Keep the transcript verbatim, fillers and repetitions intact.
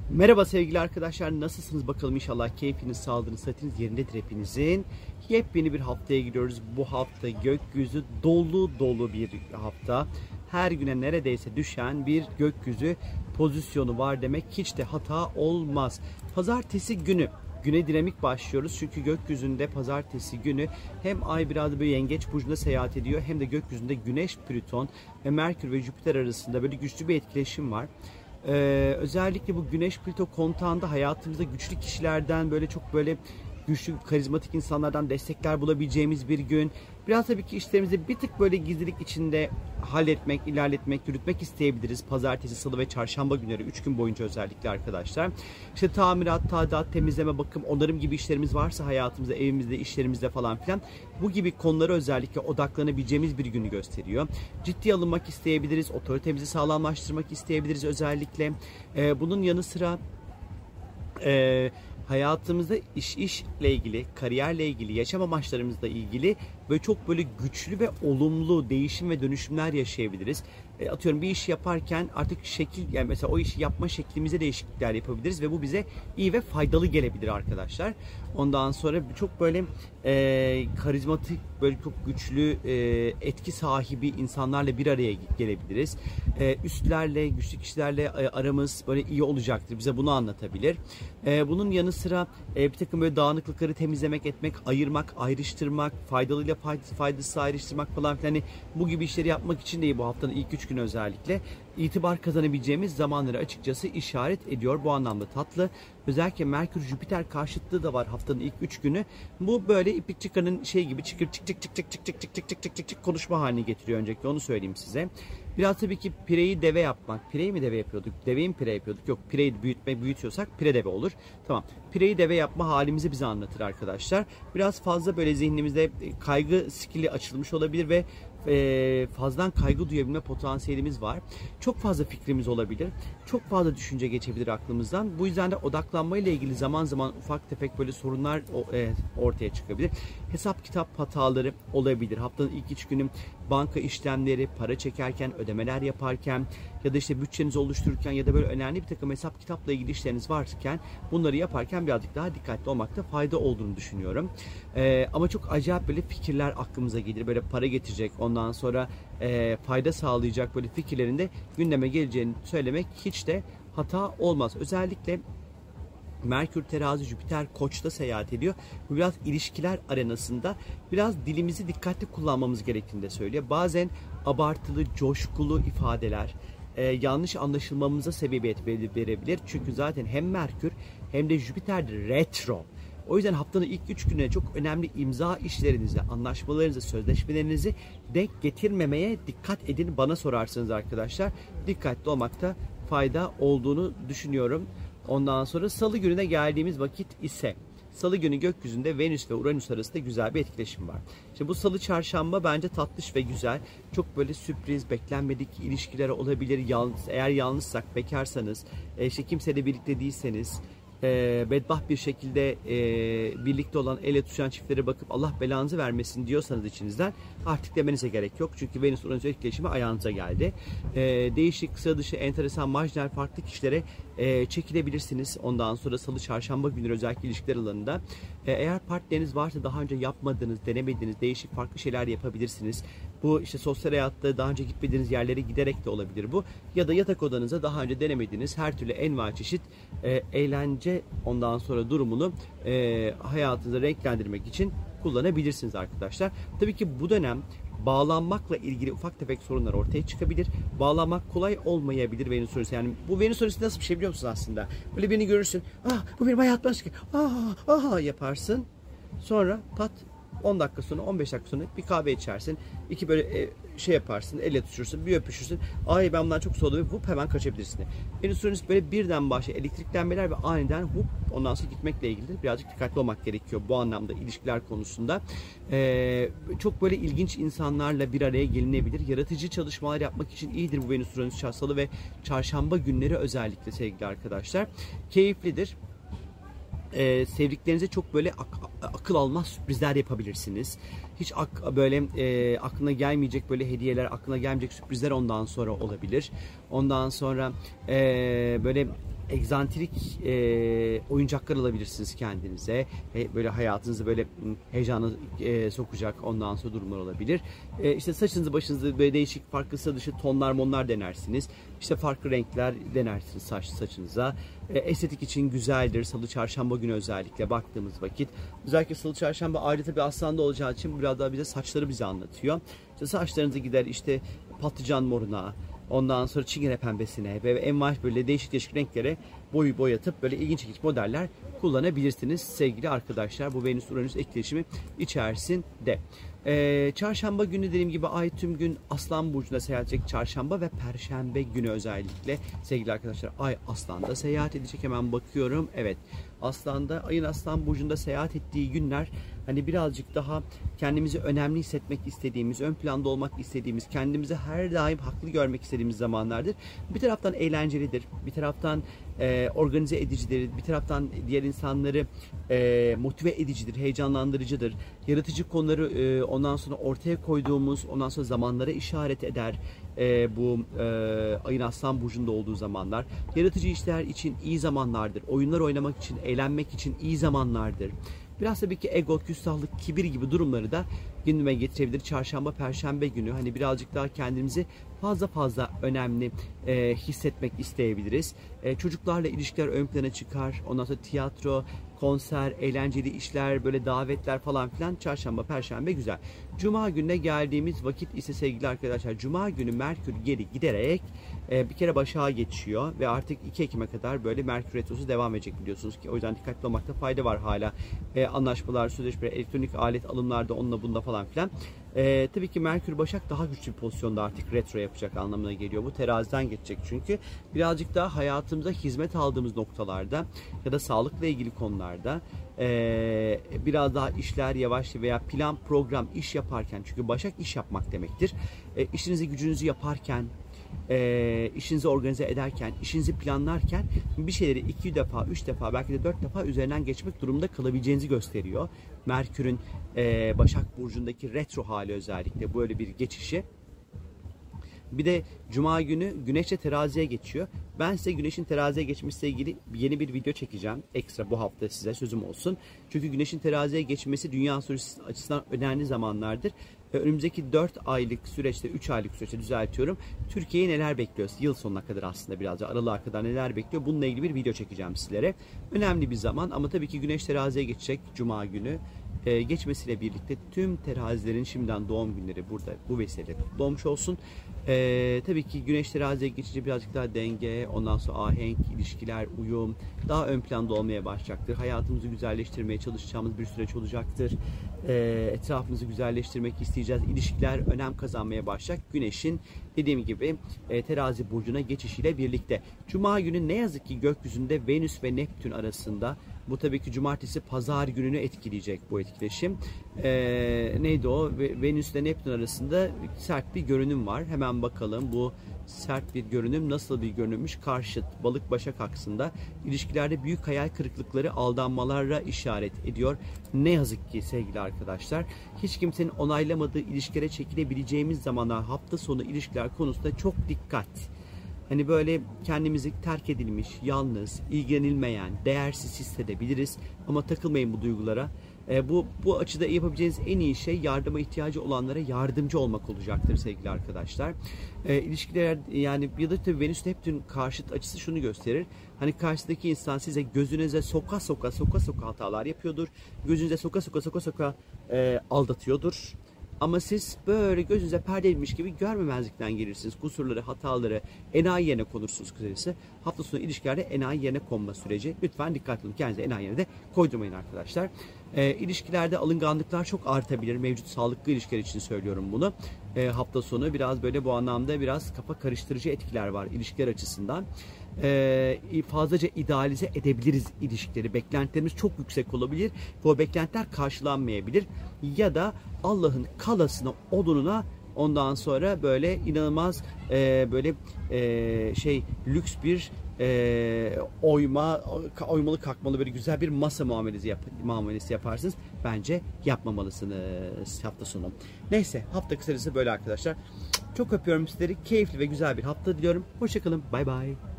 Merhaba sevgili arkadaşlar, nasılsınız bakalım? İnşallah keyfiniz, sağlığınız, sıhhatiniz yerindedir hepinizin. Yepyeni bir haftaya gidiyoruz. Bu hafta gökyüzü dolu dolu bir hafta. Her güne neredeyse düşen bir gökyüzü pozisyonu var demek hiç de hata olmaz. Pazartesi günü güne dinamik başlıyoruz çünkü gökyüzünde pazartesi günü hem ay biraz böyle yengeç burcunda seyahat ediyor hem de gökyüzünde Güneş, Plüton ve Merkür ve Jüpiter arasında böyle güçlü bir etkileşim var. Ee, özellikle bu Güneş Plüto kontağında hayatımızda güçlü kişilerden böyle çok böyle güçlü karizmatik insanlardan destekler bulabileceğimiz bir gün. Biraz tabii ki işlerimizi bir tık böyle gizlilik içinde halletmek, ilerletmek, yürütmek isteyebiliriz. Pazartesi, salı ve çarşamba günleri üç gün boyunca özellikle arkadaşlar. İşte tamirat, tadilat, temizleme, bakım, onarım gibi işlerimiz varsa hayatımızda, evimizde, işlerimizde falan filan bu gibi konulara özellikle odaklanabileceğimiz bir günü gösteriyor. Ciddi alınmak isteyebiliriz, otoritemizi sağlamlaştırmak isteyebiliriz özellikle. Ee, bunun yanı sıra Ee, hayatımızda iş işle ilgili, kariyerle ilgili, yaşam amaçlarımızla ilgili böyle çok böyle güçlü ve olumlu değişim ve dönüşümler yaşayabiliriz. E, atıyorum bir iş yaparken artık şekil, yani mesela o işi yapma şeklimize değişiklikler yapabiliriz ve bu bize iyi ve faydalı gelebilir arkadaşlar. Ondan sonra çok böyle e, karizmatik, böyle çok güçlü e, etki sahibi insanlarla bir araya gelebiliriz. E, üstlerle, güçlü kişilerle e, aramız böyle iyi olacaktır. Bize bunu anlatabilir. E, bunun yanı sıra e, bir takım böyle dağınıklıkları temizlemek, etmek, ayırmak, ayrıştırmak, faydalıyla faydasız, faydasız ayrıştırmak falan filan, hani bu gibi işleri yapmak için de iyi bu haftanın ilk üç günü özellikle itibar kazanabileceğimiz zamanları açıkçası işaret ediyor. Bu anlamda tatlı. Özellikle Merkür Jüpiter karşıtlığı da var haftanın ilk üç günü. Bu böyle iplik çıkanın şey gibi çıkır çık çık çık çık çık çık çık çık çık çık çık çık konuşma haline getiriyor, öncelikle onu söyleyeyim size. Biraz tabii ki pireyi deve yapmak. Pireyi mi deve yapıyorduk? Deveyi mi pire yapıyorduk? Yok, pireyi büyütme büyütüyorsak pire deve olur. Tamam. Pireyi deve yapma halimizi bize anlatır arkadaşlar. Biraz fazla böyle zihnimizde kaygı skili açılmış olabilir ve e, fazladan kaygı duyabilme potansiyelimiz var. Çok fazla fikrimiz olabilir. Çok fazla düşünce geçebilir aklımızdan. Bu yüzden de odaklanma ile ilgili zaman zaman ufak tefek böyle sorunlar e, ortaya çıkabilir. Hesap kitap hataları olabilir. Haftanın ilk üç günü banka işlemleri, para çekerken, ödemeler yaparken ya da işte bütçenizi oluştururken ya da böyle önemli bir takım hesap kitapla ilgili işleriniz varken bunları yaparken birazcık daha dikkatli olmakta fayda olduğunu düşünüyorum. Ee, ama çok acayip böyle fikirler aklımıza gelir. Böyle para getirecek, ondan sonra e, fayda sağlayacak böyle fikirlerin de gündeme geleceğini söylemek hiç de hata olmaz. Özellikle Merkür Terazi, Jüpiter Koç'ta seyahat ediyor. Bu biraz ilişkiler arenasında biraz dilimizi dikkatli kullanmamız gerektiğini de söylüyor. Bazen abartılı, coşkulu ifadeler e, yanlış anlaşılmamıza sebebiyet verebilir. Çünkü zaten hem Merkür hem de Jüpiter retro. O yüzden haftanın ilk üç gününe çok önemli imza işlerinizi, anlaşmalarınızı, sözleşmelerinizi denk getirmemeye dikkat edin bana sorarsanız arkadaşlar. Dikkatli olmakta fayda olduğunu düşünüyorum. Ondan sonra salı gününe geldiğimiz vakit ise salı günü gökyüzünde Venüs ve Uranüs arasında güzel bir etkileşim var. İşte bu salı çarşamba bence tatlış ve güzel. Çok böyle sürpriz, beklenmedik ilişkiler olabilir. Yalnız, eğer yalnızsak, bekarsanız, işte kimseyle birlikte değilseniz, E, bedbaht bir şekilde e, birlikte olan, ele tutuşan çiftlere bakıp Allah belanızı vermesin diyorsanız içinizden artık demenize gerek yok. Çünkü Venüs Uranüs etkileşimi ayağınıza geldi. E, değişik, sıra dışı, enteresan, marjinal, farklı kişilere e, çekilebilirsiniz. Ondan sonra salı çarşamba günleri özellikle ilişkiler alanında. E, eğer partneriniz varsa daha önce yapmadığınız, denemediğiniz değişik farklı şeyler yapabilirsiniz. Bu işte sosyal hayatta daha önce gitmediğiniz yerlere giderek de olabilir bu. Ya da yatak odanıza daha önce denemediğiniz her türlü envai çeşit e, eğlence ondan sonra durumunu e, hayatınızı renklendirmek için kullanabilirsiniz arkadaşlar. Tabii ki bu dönem bağlanmakla ilgili ufak tefek sorunlar ortaya çıkabilir. Bağlanmak kolay olmayabilir Venüs Uranüs. Yani bu Venüs Uranüs nasıl bir şey biliyor musunuz aslında? Böyle birini görürsün. Ah, bu benim hayatım aşkı. Ah, ah yaparsın. Sonra pat on dakika sonra, on beş dakika sonra bir kahve içersin. İki böyle e, şey yaparsın, elle tutuşursun, bir öpüşürsün. Ay ben bundan çok soğudum ve vup hemen kaçabilirsin. Venüs Uranüs böyle birden başlıyor. Elektriklenmeler ve aniden vup ondan sonra gitmekle ilgili birazcık dikkatli olmak gerekiyor bu anlamda ilişkiler konusunda. Ee, çok böyle ilginç insanlarla bir araya gelinebilir. Yaratıcı çalışmalar yapmak için iyidir bu Venüs Uranüs salı ve çarşamba günleri özellikle sevgili arkadaşlar. Keyiflidir. Ee, sevdiklerinize çok böyle ak akıl almaz sürprizler yapabilirsiniz. Hiç ak böyle e, aklına gelmeyecek böyle hediyeler, aklına gelmeyecek sürprizler ondan sonra olabilir. Ondan sonra e, böyle egzantrik e, oyuncaklar alabilirsiniz kendinize. E, böyle hayatınızı böyle heyecanı e, sokacak ondan sonra durumlar olabilir. E, işte saçınızı başınızı böyle değişik farklı sıra dışı tonlar monlar denersiniz. İşte farklı renkler denersiniz saç saçınıza. E, estetik için güzeldir. Salı çarşamba günü özellikle baktığımız vakit. Özellikle salı çarşamba ayrı tabii Aslan'da olacağı için biraz daha bize saçları bize anlatıyor. İşte saçlarınızı gider işte patlıcan moruna, ondan sonra çingene pembesine ve envai böyle değişik değişik renklere boyu boyatıp böyle ilginç ilginç modeller kullanabilirsiniz sevgili arkadaşlar. Bu Venüs-Uranüs etkileşimi içerisinde. Ee, çarşamba günü dediğim gibi ay tüm gün Aslan Burcu'nda seyahat edecek. Çarşamba ve Perşembe günü özellikle sevgili arkadaşlar ay Aslan'da seyahat edecek. Hemen bakıyorum. Evet, Aslan'da, ayın Aslan Burcu'nda seyahat ettiği günler hani birazcık daha kendimizi önemli hissetmek istediğimiz, ön planda olmak istediğimiz, kendimizi her daim haklı görmek istediğimiz zamanlardır. Bir taraftan eğlencelidir, bir taraftan e, organize edicidir, bir taraftan diğer insanları e, motive edicidir, heyecanlandırıcıdır. Yaratıcı konuları e, ondan sonra ortaya koyduğumuz, ondan sonra zamanlara işaret eder. E, bu e, ayın Aslan Burcu'nda olduğu zamanlar. Yaratıcı işler için iyi zamanlardır. Oyunlar oynamak için, eğlenmek için iyi zamanlardır. Biraz tabii ki ego, küstahlık, kibir gibi durumları da gündeme getirebilir. Çarşamba, Perşembe günü hani birazcık daha kendimizi fazla fazla önemli e, hissetmek isteyebiliriz. E, çocuklarla ilişkiler ön plana çıkar. Ondan sonra tiyatro, konser, eğlenceli işler, böyle davetler falan filan Çarşamba, Perşembe güzel. Cuma gününe geldiğimiz vakit ise sevgili arkadaşlar, Cuma günü Merkür geri giderek e, bir kere Başak'a geçiyor ve artık iki Ekim'e kadar böyle Merkür Retrosu devam edecek biliyorsunuz ki. O yüzden dikkatli olmakta fayda var hala. E, anlaşmalar, sözleşmeler, elektronik alet alımlarda onunla bunda falan filan. Ee, tabii ki Merkür Başak daha güçlü bir pozisyonda artık retro yapacak anlamına geliyor. Bu teraziden geçecek çünkü birazcık daha hayatımıza hizmet aldığımız noktalarda ya da sağlıkla ilgili konularda ee, biraz daha işler yavaş veya plan program iş yaparken, çünkü Başak iş yapmak demektir. E, işinizi gücünüzü yaparken, E, işinizi organize ederken, işinizi planlarken bir şeyleri iki defa, üç defa, belki de dört defa üzerinden geçmek durumunda kalabileceğinizi gösteriyor. Merkür'ün e, Başak Burcu'ndaki retro hali özellikle böyle bir geçişi. Bir de Cuma günü Güneş'le teraziye geçiyor. Ben size Güneş'in teraziye geçmesiyle ilgili yeni bir video çekeceğim. Ekstra bu hafta size sözüm olsun. Çünkü Güneş'in teraziye geçmesi dünya açısından önemli zamanlardır. Önümüzdeki dört aylık süreçte, üç aylık süreçte düzeltiyorum. Türkiye'yi neler bekliyor? Yıl sonuna kadar aslında biraz da aralığa kadar neler bekliyor? Bununla ilgili bir video çekeceğim sizlere. Önemli bir zaman ama tabii ki Güneş teraziye geçecek Cuma günü. Ee, geçmesiyle birlikte tüm terazilerin şimdiden doğum günleri burada bu vesileyle kutlu olsun. Ee, tabii ki Güneş teraziye geçince birazcık daha denge, ondan sonra ahenk, ilişkiler, uyum daha ön planda olmaya başlayacaktır. Hayatımızı güzelleştirmeye çalışacağımız bir süreç olacaktır. Ee, etrafımızı güzelleştirmek isteyeceğiz. İlişkiler önem kazanmaya başlayacak. Güneş'in dediğim gibi e, terazi burcuna geçişiyle birlikte. Cuma günü ne yazık ki gökyüzünde Venüs ve Neptün arasında. Bu tabii ki cumartesi pazar gününü etkileyecek bu etkileşim. Ee, neydi o? Venüs ile Neptün arasında sert bir görünüm var. Hemen bakalım bu sert bir görünüm nasıl bir görünümmüş? Karşıt, balık başak aksında ilişkilerde büyük hayal kırıklıkları, aldanmalarla işaret ediyor. Ne yazık ki sevgili arkadaşlar, hiç kimsenin onaylamadığı ilişkilere çekilebileceğimiz zamanlar, hafta sonu ilişkiler konusunda çok dikkat. Hani böyle kendimizi terk edilmiş, yalnız, ilgilenilmeyen, değersiz hissedebiliriz. Ama takılmayın bu duygulara. E, bu bu açıda yapabileceğiniz en iyi şey yardıma ihtiyacı olanlara yardımcı olmak olacaktır sevgili arkadaşlar. E, ilişkiler yani ya da tabii Venüs Neptün karşıt açısı şunu gösterir. Hani karşıdaki insan size gözünüze soka soka soka soka hatalar yapıyordur. Gözünüze soka soka soka soka e, aldatıyordur. Ama siz böyle gözünüze perde edilmiş gibi görmemezlikten gelirsiniz. Kusurları, hataları, enayi yerine konursunuz kısacası. Hafta sonu ilişkilerde enayi yerine konma süreci. Lütfen dikkatli olun. Kendinize enayi yerine de koydurmayın arkadaşlar. E, ilişkilerde alınganlıklar çok artabilir. Mevcut sağlıklı ilişkiler için söylüyorum bunu. E, hafta sonu biraz böyle bu anlamda biraz kafa karıştırıcı etkiler var ilişkiler açısından. E, fazlaca idealize edebiliriz ilişkileri. Beklentilerimiz çok yüksek olabilir. Bu beklentiler karşılanmayabilir. Ya da Allah'ın kalasına, odununa ondan sonra böyle inanılmaz e, böyle e, şey lüks bir e, oyma oymalı kalkmalı böyle güzel bir masa muamelesi, yap, muamelesi yaparsınız. Bence yapmamalısınız hafta sonu. Neyse, hafta kısacası böyle arkadaşlar. Çok öpüyorum sizleri. Keyifli ve güzel bir hafta diliyorum. Hoşçakalın. Bay bay.